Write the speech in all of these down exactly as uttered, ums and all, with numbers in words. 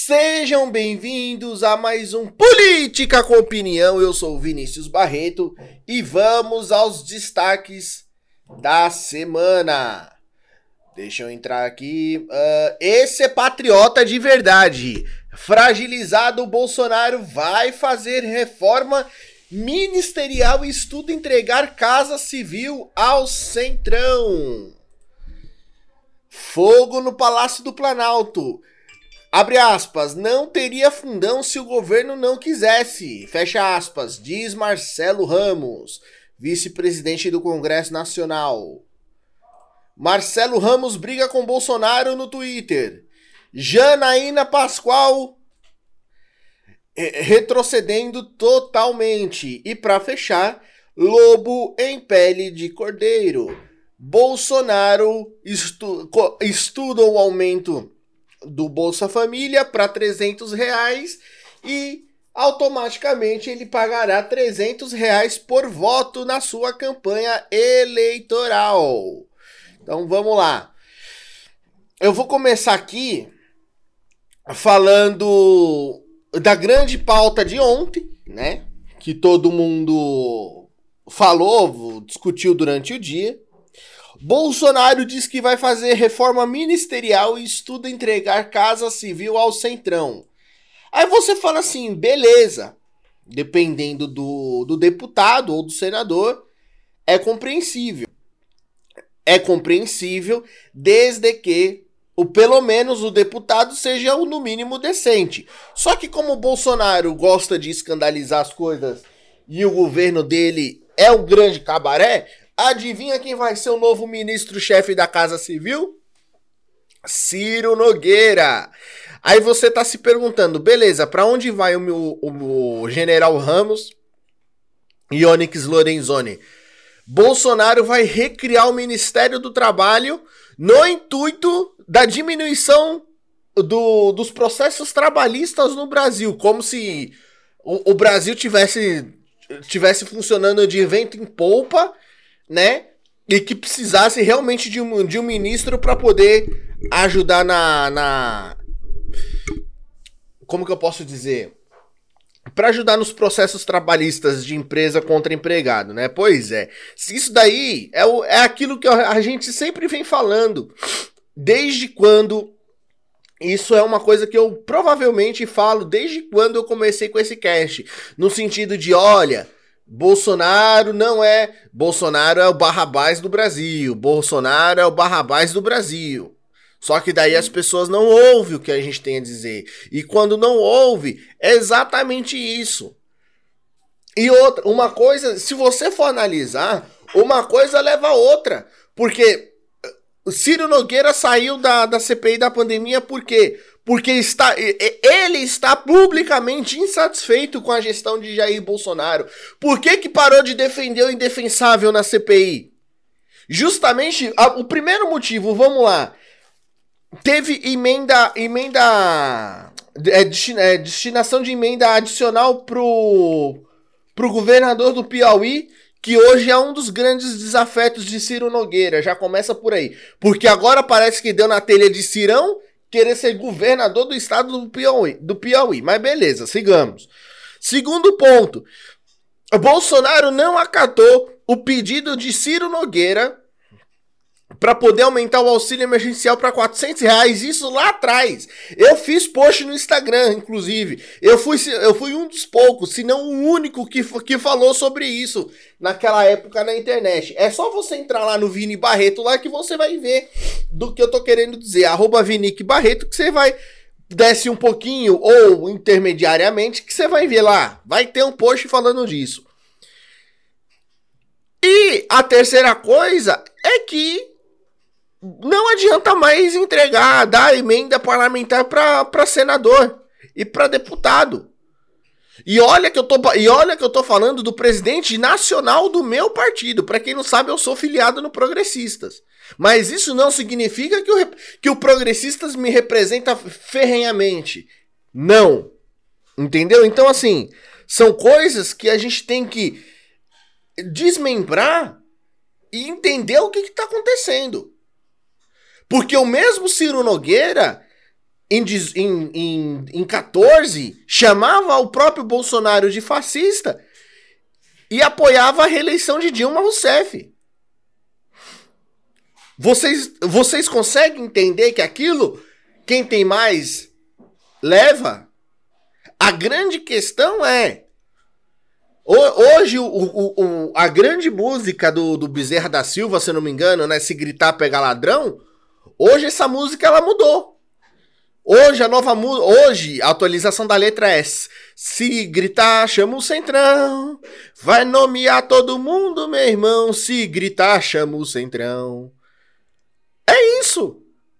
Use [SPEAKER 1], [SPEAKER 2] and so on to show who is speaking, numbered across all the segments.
[SPEAKER 1] Sejam bem-vindos a mais um Política com Opinião. Eu sou o Vinícius Barreto e vamos aos destaques da semana. Deixa eu entrar aqui. Uh, esse é patriota de verdade. Fragilizado, o Bolsonaro vai fazer reforma ministerial e estuda entregar Casa Civil ao Centrão. Fogo no Palácio do Planalto. Abre aspas, não teria fundão se o governo não quisesse. Fecha aspas, diz Marcelo Ramos, vice-presidente do Congresso Nacional. Marcelo Ramos briga com Bolsonaro no Twitter. Janaína Pascoal retrocedendo totalmente. E para fechar, lobo em pele de cordeiro. Bolsonaro estu- estuda o aumento do Bolsa Família para trezentos reais e automaticamente ele pagará trezentos reais por voto na sua campanha eleitoral. Então vamos lá. Eu vou começar aqui falando da grande pauta de ontem, né? Que todo mundo falou, discutiu durante o dia. Bolsonaro diz que vai fazer reforma ministerial e estuda entregar Casa Civil ao Centrão. Aí você fala assim, beleza, dependendo do, do deputado ou do senador, é compreensível. É compreensível desde que, o, pelo menos, o deputado seja no mínimo decente. Só que como o Bolsonaro gosta de escandalizar as coisas e o governo dele é um grande cabaré, adivinha quem vai ser o novo ministro-chefe da Casa Civil? Ciro Nogueira. Aí você tá se perguntando, beleza, pra onde vai o, meu, o, o general Ramos e Onyx Lorenzoni? Bolsonaro vai recriar o Ministério do Trabalho no intuito da diminuição do, dos processos trabalhistas no Brasil, como se o, o Brasil tivesse, tivesse funcionando de vento em polpa, né? E que precisasse realmente de um, de um ministro para poder ajudar na, na... Como que eu posso dizer? Para ajudar nos processos trabalhistas de empresa contra empregado, né? Pois é. Isso daí é, o, é aquilo que a gente sempre vem falando. Desde quando... Isso é uma coisa que eu provavelmente falo desde quando eu comecei com esse cast. No sentido de, olha... Bolsonaro não é... Bolsonaro é o Barrabás do Brasil. Bolsonaro é o Barrabás do Brasil. Só que daí as pessoas não ouvem o que a gente tem a dizer. E quando não ouve, é exatamente isso. E outra, uma coisa, se você for analisar, uma coisa leva a outra. Porque o Ciro Nogueira saiu da, da C P I da pandemia por quê? Porque está, ele está publicamente insatisfeito com a gestão de Jair Bolsonaro. Por que que parou de defender o indefensável na C P I? Justamente, a, o primeiro motivo, vamos lá. Teve emenda, emenda, é, destina, é, destinação de emenda adicional pro, pro governador do Piauí, que hoje é um dos grandes desafetos de Ciro Nogueira. Já começa por aí. Porque agora parece que deu na telha de Cirão querer ser governador do estado do Piauí, do Piauí. Mas beleza, sigamos. Segundo ponto. Bolsonaro não acatou o pedido de Ciro Nogueira para poder aumentar o auxílio emergencial para quatrocentos reais, isso lá atrás. Eu fiz post no Instagram, inclusive. Eu fui, eu fui um dos poucos, se não o único que, que falou sobre isso naquela época na internet. É só você entrar lá no Vini Barreto lá que você vai ver do que eu tô querendo dizer. Arroba Vinique Barreto, que você vai... Desce um pouquinho ou intermediariamente que você vai ver lá. Vai ter um post falando disso. E a terceira coisa é que não adianta mais entregar, dar emenda parlamentar para senador e para deputado. E olha que eu tô, e olha que eu tô falando do presidente nacional do meu partido. Para quem não sabe, eu sou filiado no Progressistas. Mas isso não significa que o, que o Progressistas me representa ferrenhamente. Não. Entendeu? Então, assim, são coisas que a gente tem que desmembrar e entender o que está acontecendo. Porque o mesmo Ciro Nogueira em, em, em, em quatorze, chamava o próprio Bolsonaro de fascista e apoiava a reeleição de Dilma Rousseff. Vocês, vocês conseguem entender que aquilo, quem tem mais, leva? A grande questão é, hoje o, o, o, a grande música do, do Bezerra da Silva, se eu não me engano, né, Se Gritar Pega Ladrão, hoje essa música ela mudou. Hoje a nova música, hoje a atualização da letra é: se gritar chama o Centrão, vai nomear todo mundo, meu irmão, se gritar chama o Centrão. É isso.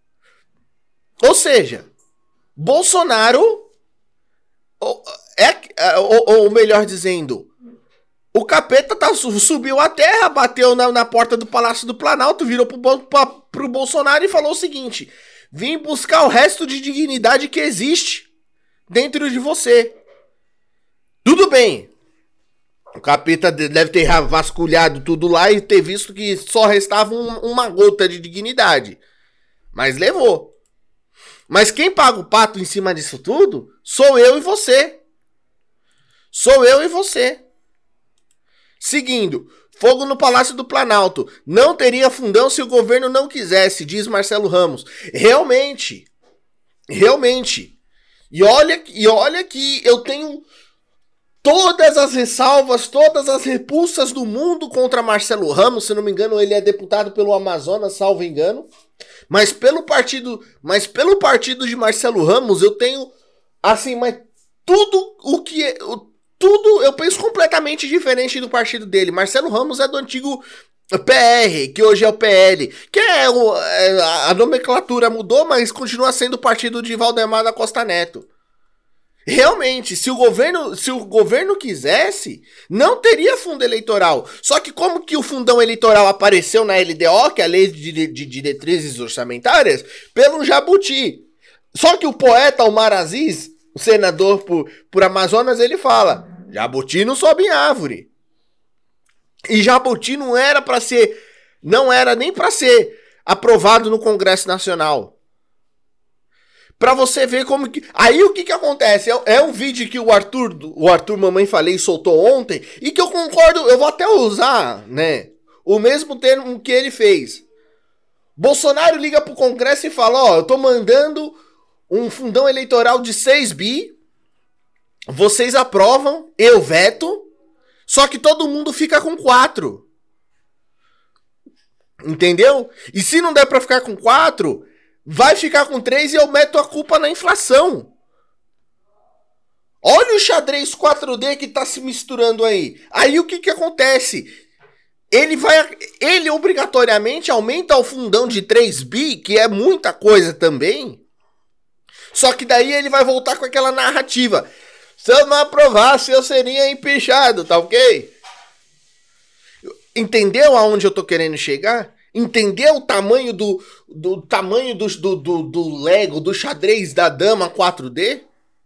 [SPEAKER 1] Ou seja, Bolsonaro, ou, é, ou, ou melhor dizendo, o capeta tá, subiu a terra, bateu na, na porta do Palácio do Planalto, virou pro, pra, pro Bolsonaro e falou o seguinte: vim buscar o resto de dignidade que existe dentro de você. Tudo bem. O capeta deve ter vasculhado tudo lá e ter visto que só restava um, uma gota de dignidade. Mas levou. Mas quem paga o pato em cima disso tudo sou eu e você. Sou eu e você. Seguindo. Fogo no Palácio do Planalto. Não teria fundão se o governo não quisesse, diz Marcelo Ramos. Realmente. Realmente. E olha, e olha que eu tenho todas as ressalvas, todas as repulsas do mundo contra Marcelo Ramos. Se não me engano, ele é deputado pelo Amazonas, salvo engano. Mas pelo partido, mas pelo partido de Marcelo Ramos, eu tenho, assim, mas tudo o que... É, Tudo eu penso completamente diferente do partido dele. Marcelo Ramos é do antigo P R, que hoje é o P L. Que é, o, é a nomenclatura mudou, mas continua sendo o partido de Valdemar da Costa Neto. Realmente, se o governo, se o governo quisesse, não teria fundo eleitoral. Só que como que o fundão eleitoral apareceu na L D O, que é a Lei de, de Diretrizes Orçamentárias, pelo Jabuti. Só que o poeta Omar Aziz, o senador por, por Amazonas, ele fala: Jabuti não sobe em árvore. E Jabuti não era para ser, não era nem para ser aprovado no Congresso Nacional. Pra você ver como que... Aí o que que acontece? É, é um vídeo que o Arthur, o Arthur Mamãe Falei soltou ontem, e que eu concordo, eu vou até usar, né, o mesmo termo que ele fez. Bolsonaro liga pro Congresso e fala: ó, eu tô mandando um fundão eleitoral de seis bi, vocês aprovam, eu veto, só que todo mundo fica com quatro. Entendeu? E se não der pra ficar com quatro, vai ficar com três e eu meto a culpa na inflação. Olha o xadrez quatro D que tá se misturando aí. Aí o que que acontece? Ele vai, ele obrigatoriamente aumenta o fundão de três bi, que é muita coisa também. Só que daí ele vai voltar com aquela narrativa: se eu não aprovasse, eu seria empichado, tá ok? Entendeu aonde eu tô querendo chegar? Entendeu o tamanho do, do tamanho do, do, do, do Lego, do xadrez da dama quatro D?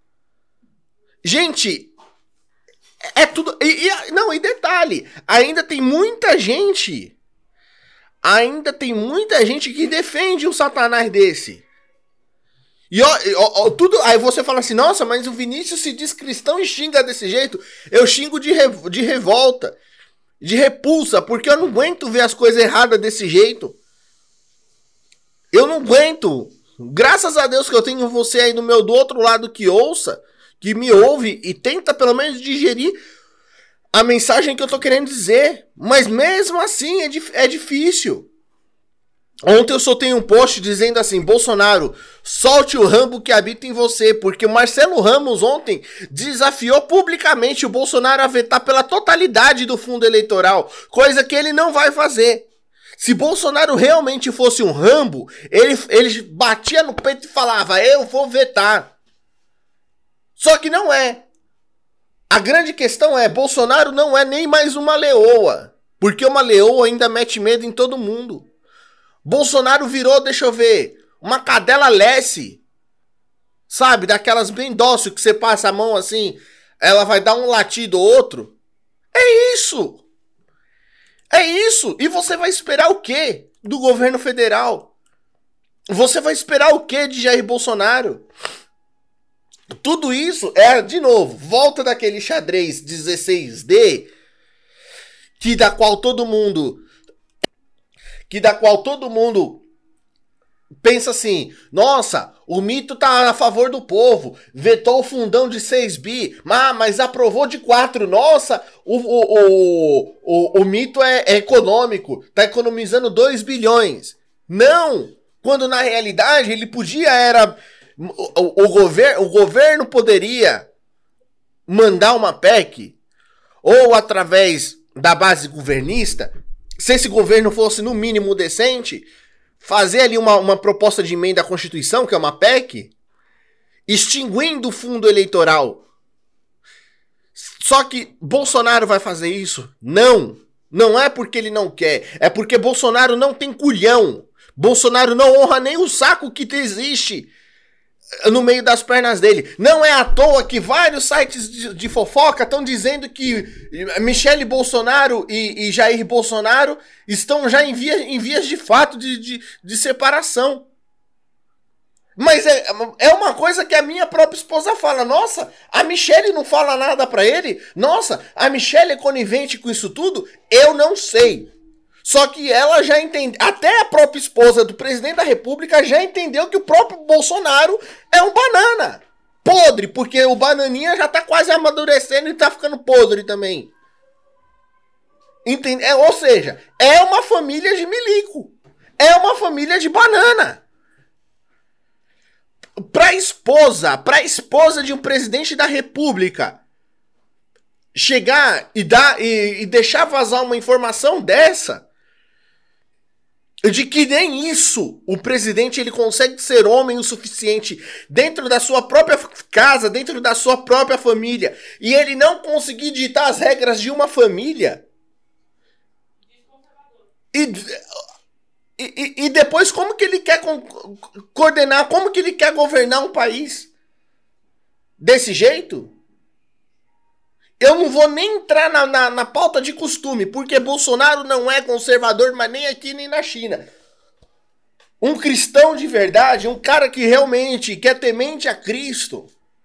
[SPEAKER 1] Gente, é tudo... E, e, não, e detalhe, ainda tem muita gente, ainda tem muita gente que defende um satanás desse. E ó, ó, ó, tudo, aí você fala assim: nossa, mas o Vinícius se diz cristão e xinga desse jeito. Eu xingo de, re, de revolta, de repulsa, porque eu não aguento ver as coisas erradas desse jeito. Eu não aguento. Graças a Deus que eu tenho você aí do meu do outro lado que ouça, que me ouve e tenta pelo menos digerir a mensagem que eu tô querendo dizer. Mas mesmo assim é, é difícil. Ontem eu soltei um post dizendo assim: Bolsonaro, solte o Rambo que habita em você, porque o Marcelo Ramos ontem desafiou publicamente o Bolsonaro a vetar pela totalidade do fundo eleitoral, coisa que ele não vai fazer. Se Bolsonaro realmente fosse um Rambo, ele, ele batia no peito e falava: eu vou vetar. Só que não é. A grande questão é: Bolsonaro não é nem mais uma leoa, porque uma leoa ainda mete medo em todo mundo. Bolsonaro virou, deixa eu ver, uma cadela Lessie, sabe, daquelas bem dócil que você passa a mão assim, ela vai dar um latido ou outro. É isso. É isso. E você vai esperar o quê do governo federal? Você vai esperar o quê de Jair Bolsonaro? Tudo isso é, de novo, volta daquele xadrez dezesseis D, que da qual todo mundo, que da qual todo mundo pensa assim, nossa, o mito tá a favor do povo, vetou o fundão de seis bi, mas, mas aprovou de quatro, nossa, o, o, o, o, o mito é, é econômico, tá economizando dois bilhões. Não, quando na realidade ele podia era... O, o, gover, o governo poderia mandar uma P E C, ou através da base governista, se esse governo fosse no mínimo decente, fazer ali uma, uma proposta de emenda à Constituição, que é uma P E C, extinguindo o fundo eleitoral. Só que Bolsonaro vai fazer isso? Não. Não é porque ele não quer, é porque Bolsonaro não tem culhão. Bolsonaro não honra nem o saco que existe no meio das pernas dele. Não é à toa que vários sites de, de fofoca estão dizendo que Michele Bolsonaro e, e Jair Bolsonaro estão já em, via, em vias de fato de, de, de separação. Mas é, é uma coisa que a minha própria esposa fala. Nossa, a Michele não fala nada pra ele? Nossa, a Michele é conivente com isso tudo? Eu não sei. Só que ela já entende, até a própria esposa do presidente da República já entendeu que o próprio Bolsonaro é um banana. Podre, porque o bananinha já tá quase amadurecendo e tá ficando podre também. Entende? É, ou seja, é uma família de milico. É uma família de banana. Pra esposa, pra esposa de um presidente da República chegar e, dar, e, e deixar vazar uma informação dessa, de que nem isso o presidente ele consegue ser homem o suficiente dentro da sua própria casa, dentro da sua própria família, e ele não conseguir ditar as regras de uma família. E, e, e depois como que ele quer co- coordenar, como que ele quer governar um país desse jeito? Eu não vou nem entrar na, na, na pauta de costume, porque Bolsonaro não é conservador, mas nem aqui nem na China. Um cristão de verdade, um cara que realmente quer temente a Cristo,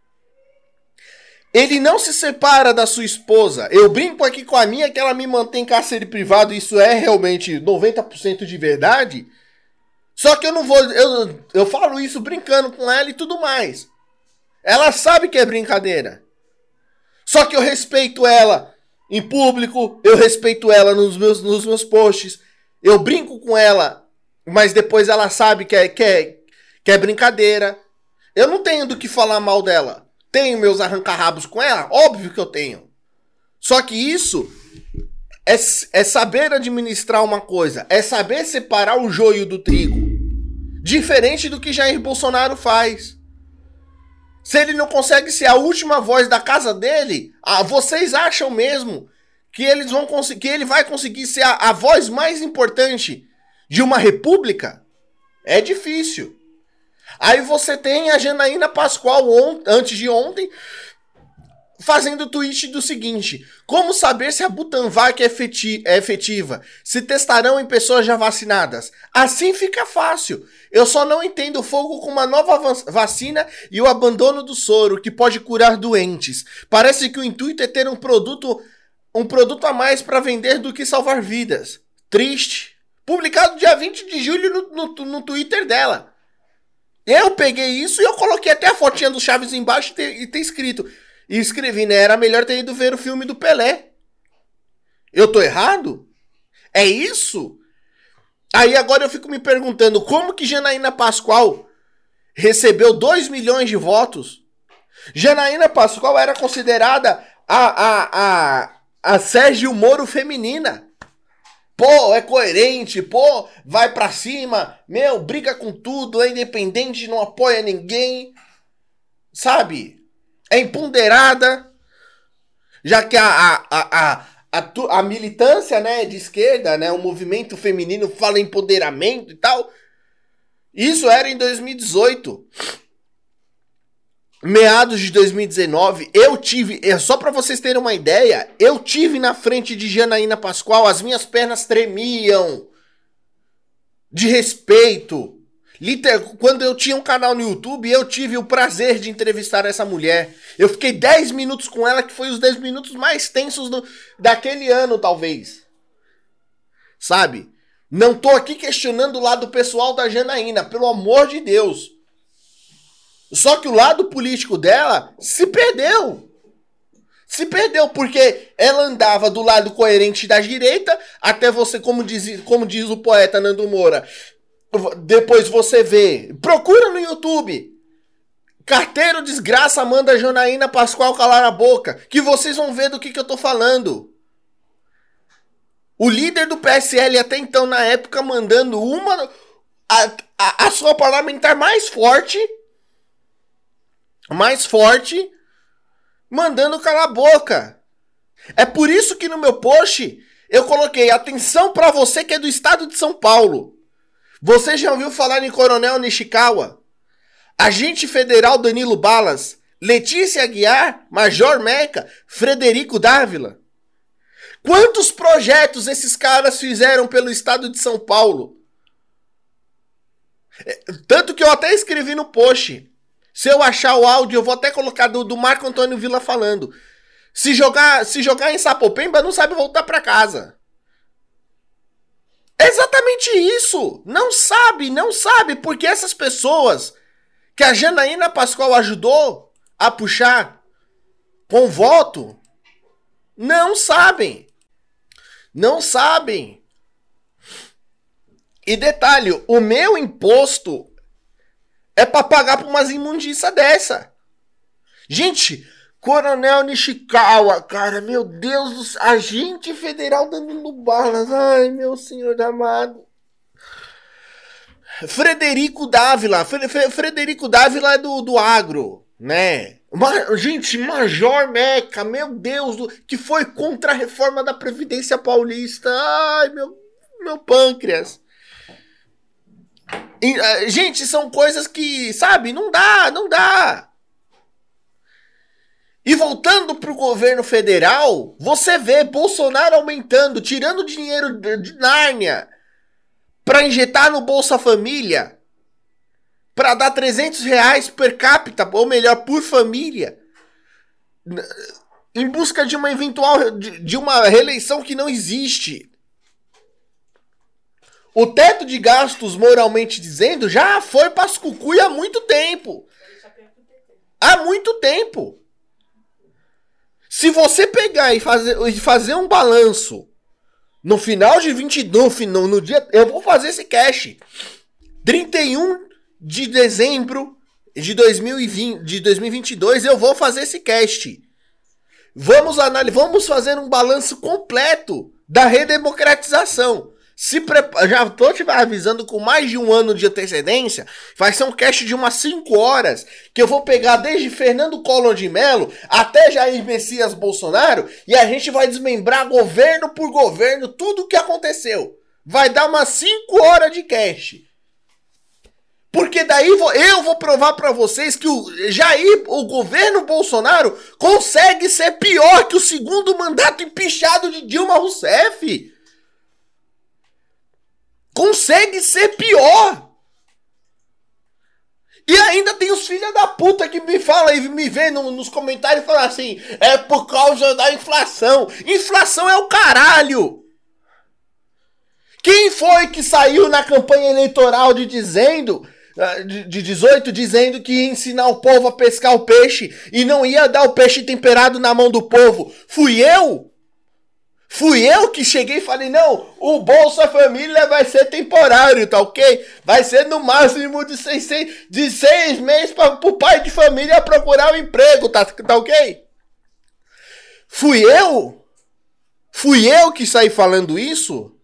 [SPEAKER 1] ele não se separa da sua esposa. Eu brinco aqui com a minha que ela me mantém em cárcere privado, isso é realmente noventa por cento de verdade. Só que eu não vou... Eu, eu falo isso brincando com ela e tudo mais. Ela sabe que é brincadeira. Só que eu respeito ela em público, eu respeito ela nos meus, nos meus posts, eu brinco com ela, mas depois ela sabe que é, que, é, que é brincadeira. Eu não tenho do que falar mal dela. Tenho meus arranca-rabos com ela? Óbvio que eu tenho. Só que isso é, é saber administrar uma coisa, é saber separar o joio do trigo. Diferente do que Jair Bolsonaro faz. Se ele não consegue ser a última voz da casa dele, ah, vocês acham mesmo que, eles vão que ele vai conseguir ser a, a voz mais importante de uma república? É difícil. Aí você tem a Janaína Pascoal, on, antes de ontem, fazendo o tweet do seguinte: como saber se a Butanvac é, efeti- é efetiva? Se testarão em pessoas já vacinadas? Assim fica fácil. Eu só não entendo o fogo com uma nova va- vacina e o abandono do soro, que pode curar doentes. Parece que o intuito é ter um produto, um produto a mais para vender do que salvar vidas. Triste. Publicado dia vinte de julho no, no, no Twitter dela. Eu peguei isso e eu coloquei até a fotinha do Chaves embaixo e ter, e ter escrito... E escrevi, né? Era melhor ter ido ver o filme do Pelé. Eu tô errado? É isso? Aí agora eu fico me perguntando, como que Janaína Pascoal recebeu dois milhões de votos? Janaína Pascoal era considerada a, a, a, a Sérgio Moro feminina. Pô, é coerente, pô, vai pra cima, meu, briga com tudo, é independente, não apoia ninguém, sabe? É empoderada, já que a, a, a, a, a, a militância, né, de esquerda, né, o movimento feminino fala em empoderamento e tal. Isso era em dois mil e dezoito. Meados de dois mil e dezenove, eu tive, só pra vocês terem uma ideia, eu tive na frente de Janaína Pascoal, as minhas pernas tremiam de respeito. Liter... Quando eu tinha um canal no YouTube, eu tive o prazer de entrevistar essa mulher. Eu fiquei dez minutos com ela, que foi os dez minutos mais tensos do... daquele ano, talvez. Sabe? Não tô aqui questionando o lado pessoal da Janaína, pelo amor de Deus. Só que o lado político dela se perdeu. Se perdeu, porque ela andava do lado coerente da direita, até você, como diz, como diz o poeta Nando Moura, depois você vê, procura no YouTube, carteiro desgraça manda Janaína Pascoal calar a boca, que vocês vão ver do que, que eu tô falando. O líder do P S L até então, na época, mandando uma, a, a, a sua parlamentar mais forte, mais forte, mandando calar a boca. É por isso que no meu post eu coloquei atenção pra você que é do estado de São Paulo. Você já ouviu falar em Coronel Nishikawa? Agente Federal Danilo Balas, Letícia Aguiar, Major Meca, Frederico Dávila. Quantos projetos esses caras fizeram pelo estado de São Paulo? Tanto que eu até escrevi no post. Se eu achar o áudio, eu vou até colocar do, do Marco Antônio Villa falando. Se jogar, se jogar em Sapopemba, não sabe voltar pra casa. É exatamente isso. Não sabe, não sabe. Porque essas pessoas que a Janaína Pascoal ajudou a puxar com voto, não sabem. Não sabem. E detalhe, o meu imposto é pra pagar por umas imundícias dessa. Gente, Coronel Nishikawa, cara, meu Deus do céu, agente federal Danilo Balas, ai, meu senhor amado. Frederico Dávila, Fre Fre Frederico Dávila é do, do agro, né? Ma gente, Major Meca, meu Deus, do que foi contra a reforma da Previdência Paulista, ai, meu, meu pâncreas. E, uh, gente, são coisas que, sabe, não dá, não dá. E voltando pro governo federal, você vê Bolsonaro aumentando, tirando dinheiro de Nárnia para injetar no Bolsa Família, para dar trezentos reais per capita, ou melhor, por família, em busca de uma eventual, de, de uma reeleição que não existe. O teto de gastos, moralmente dizendo, já foi para as cucuia há muito tempo. Há muito tempo. Se você pegar e fazer, e fazer um balanço no final de vinte e dois, no, no dia, eu vou fazer esse cash. trinta e um de dezembro de dois mil e vinte, de dois mil e vinte e dois, eu vou fazer esse cast. Vamos analisar, vamos fazer um balanço completo da redemocratização. Se prepara, já tô te avisando com mais de um ano de antecedência, vai ser um cast de umas cinco horas, que eu vou pegar desde Fernando Collor de Mello até Jair Messias Bolsonaro, e a gente vai desmembrar governo por governo tudo o que aconteceu. Vai dar umas cinco horas de cast. Porque daí eu vou provar pra vocês que o Jair, o governo Bolsonaro, consegue ser pior que o segundo mandato empichado de Dilma Rousseff. Consegue ser pior. E ainda tem os filhos da puta que me falam e me vê no, nos comentários e falam assim, é por causa da inflação. Inflação é o caralho. Quem foi que saiu na campanha eleitoral de dizendo, de, de dezoito, dizendo que ia ensinar o povo a pescar o peixe e não ia dar o peixe temperado na mão do povo? Fui eu? Fui eu que cheguei e falei, não, o Bolsa Família vai ser temporário, tá ok? Vai ser no máximo de seis, seis, de seis meses para o pai de família procurar um emprego, tá, tá ok? Fui eu? Fui eu que saí falando isso?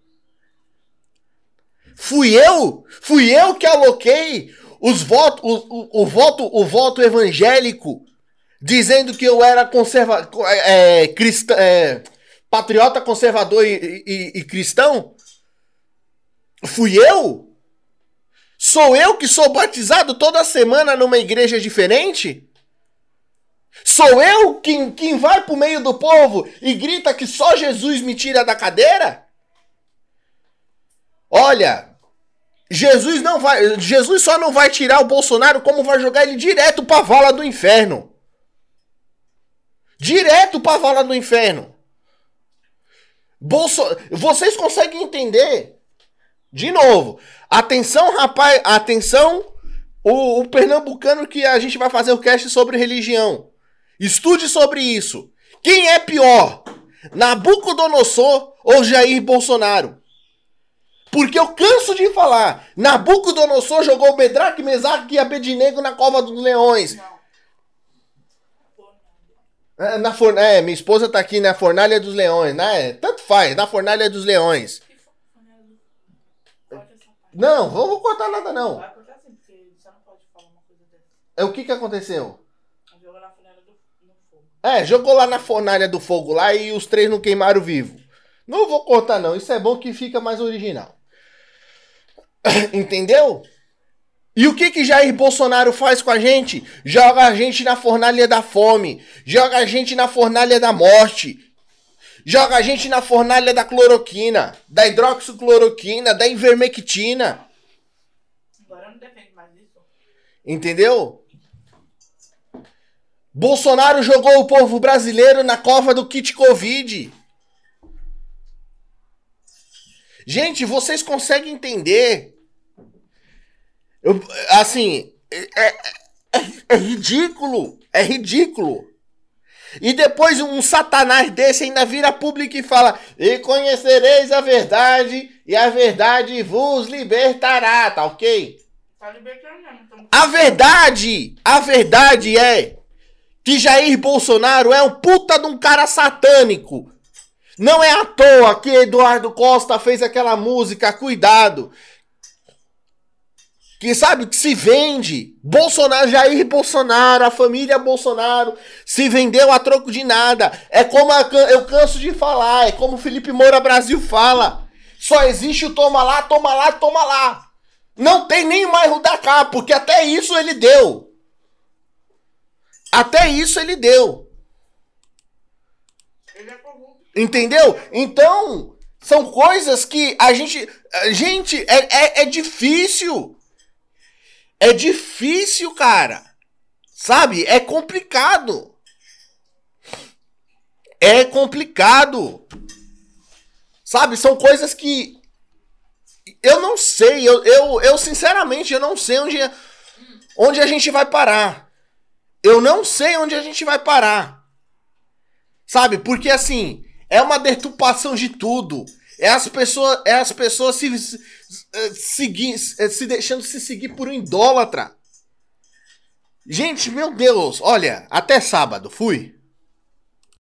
[SPEAKER 1] Fui eu? Fui eu que aloquei os votos, o, o, o, voto, o voto evangélico, dizendo que eu era conservador, é, cristão, é, patriota, conservador e, e, e cristão? Fui eu? Sou eu que sou batizado toda semana numa igreja diferente? Sou eu quem, quem vai pro meio do povo e grita que só Jesus me tira da cadeira? Olha, Jesus não vai, Jesus só não vai tirar o Bolsonaro, como vai jogar ele direto pra vala do inferno. Direto pra vala do inferno. Bolso... Vocês conseguem entender? De novo. Atenção, rapaz. Atenção, o, o pernambucano que a gente vai fazer o cast sobre religião. Estude sobre isso. Quem é pior? Nabucodonosor ou Jair Bolsonaro? Porque eu canso de falar. Nabucodonosor jogou Medraque, Mesaque e Abednego na cova dos leões. É, na for... é, minha esposa tá aqui na fornalha dos leões, né? Tanto faz, na fornalha dos leões. Não, não vou cortar nada não. Vai cortar sim, porque você não pode falar uma coisa dessa. É, o que que aconteceu? Jogou na fornalha do fogo. É, jogou lá na fornalha do fogo lá e os três não queimaram vivo. Não vou cortar não, isso é bom que fica mais original. Entendeu? E o que que Jair Bolsonaro faz com a gente? Joga a gente na fornalha da fome. Joga a gente na fornalha da morte. Joga a gente na fornalha da cloroquina. Da hidroxicloroquina. Da ivermectina. Agora não defende mais isso. Entendeu? Bolsonaro jogou o povo brasileiro na cova do kit Covid. Gente, vocês conseguem entender? Eu, assim, é, é, é ridículo, é ridículo. E depois um satanás desse ainda vira público e fala: e conhecereis a verdade, e a verdade vos libertará, tá ok? Tá libertando mesmo. Então... A verdade, a verdade é que Jair Bolsonaro é um puta de um cara satânico. Não é à toa que Eduardo Costa fez aquela música, Cuidado. Que sabe, que se vende. Bolsonaro, Jair Bolsonaro, a família Bolsonaro se vendeu a troco de nada. É como a, eu canso de falar, é como o Felipe Moura Brasil fala. Só existe o toma lá, toma lá, toma lá. Não tem nem mais o da cá, porque até isso ele deu. Até isso ele deu. Entendeu? Então, são coisas que a gente... Gente, é, é, é difícil. É difícil, cara. Sabe? É complicado. É complicado. Sabe? São coisas que... Eu não sei. Eu, eu, eu sinceramente, eu não sei onde, onde a gente vai parar. Eu não sei onde a gente vai parar. Sabe? Porque assim... É uma deturpação de tudo. É as pessoas, é as pessoas se, se, se, se deixando se seguir por um idólatra. Gente, meu Deus. Olha, até sábado. Fui.